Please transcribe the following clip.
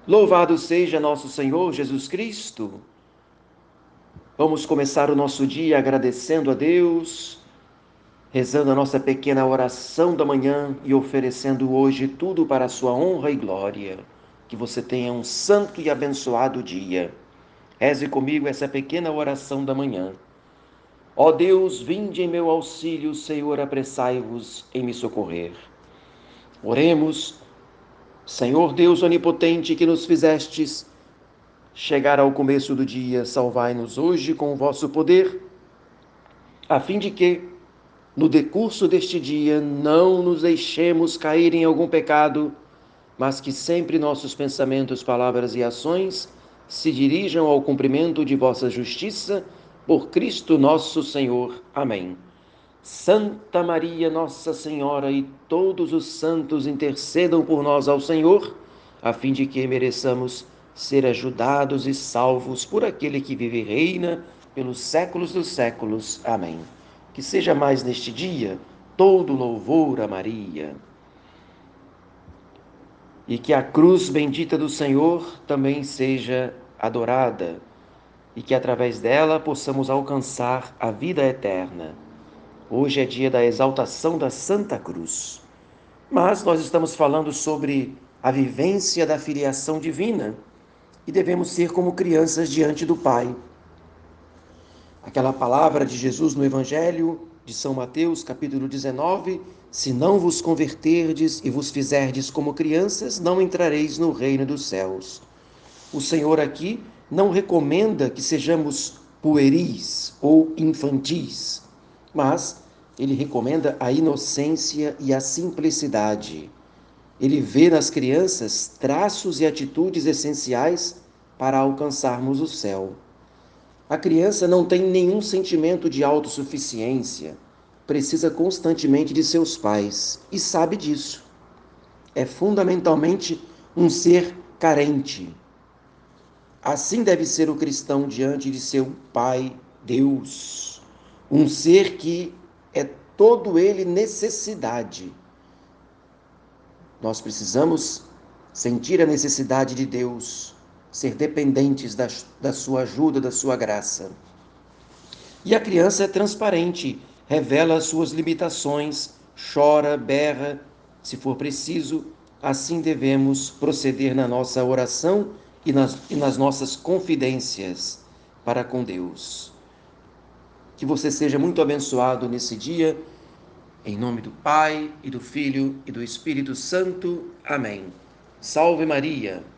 Louvado seja nosso Senhor Jesus Cristo. Vamos começar o nosso dia agradecendo a Deus, rezando a nossa pequena oração da manhã e oferecendo hoje tudo para a sua honra e glória. Que você tenha um santo e abençoado dia. Reze comigo essa pequena oração da manhã. Ó Deus, vinde em meu auxílio, Senhor, apressai-vos em me socorrer. Oremos, Senhor Deus onipotente, que nos fizestes chegar ao começo do dia, salvai-nos hoje com o vosso poder, a fim de que, no decurso deste dia, não nos deixemos cair em algum pecado, mas que sempre nossos pensamentos, palavras e ações se dirijam ao cumprimento de vossa justiça, por Cristo nosso Senhor. Amém. Santa Maria, Nossa Senhora, e todos os santos intercedam por nós ao Senhor, a fim de que mereçamos ser ajudados e salvos por aquele que vive e reina pelos séculos dos séculos. Amém. Que seja mais neste dia todo louvor a Maria. E que a cruz bendita do Senhor também seja adorada, e que através dela possamos alcançar a vida eterna. Hoje é dia da exaltação da Santa Cruz. Mas nós estamos falando sobre a vivência da filiação divina e devemos ser como crianças diante do Pai. Aquela palavra de Jesus no Evangelho de São Mateus, capítulo 19, se não vos converterdes e vos fizerdes como crianças, não entrareis no reino dos céus. O Senhor aqui não recomenda que sejamos pueris ou infantis, mas ele recomenda a inocência e a simplicidade. Ele vê nas crianças traços e atitudes essenciais para alcançarmos o céu. A criança não tem nenhum sentimento de autossuficiência, precisa constantemente de seus pais e sabe disso. É fundamentalmente um ser carente. Assim deve ser o cristão diante de seu Pai, Deus. Um ser que é todo ele necessidade. Nós precisamos sentir a necessidade de Deus, ser dependentes da sua ajuda, da sua graça. E a criança é transparente, revela as suas limitações, chora, berra, se for preciso. Assim devemos proceder na nossa oração e nas nossas confidências para com Deus. Que você seja muito abençoado nesse dia, em nome do Pai, e do Filho, e do Espírito Santo. Amém. Salve Maria!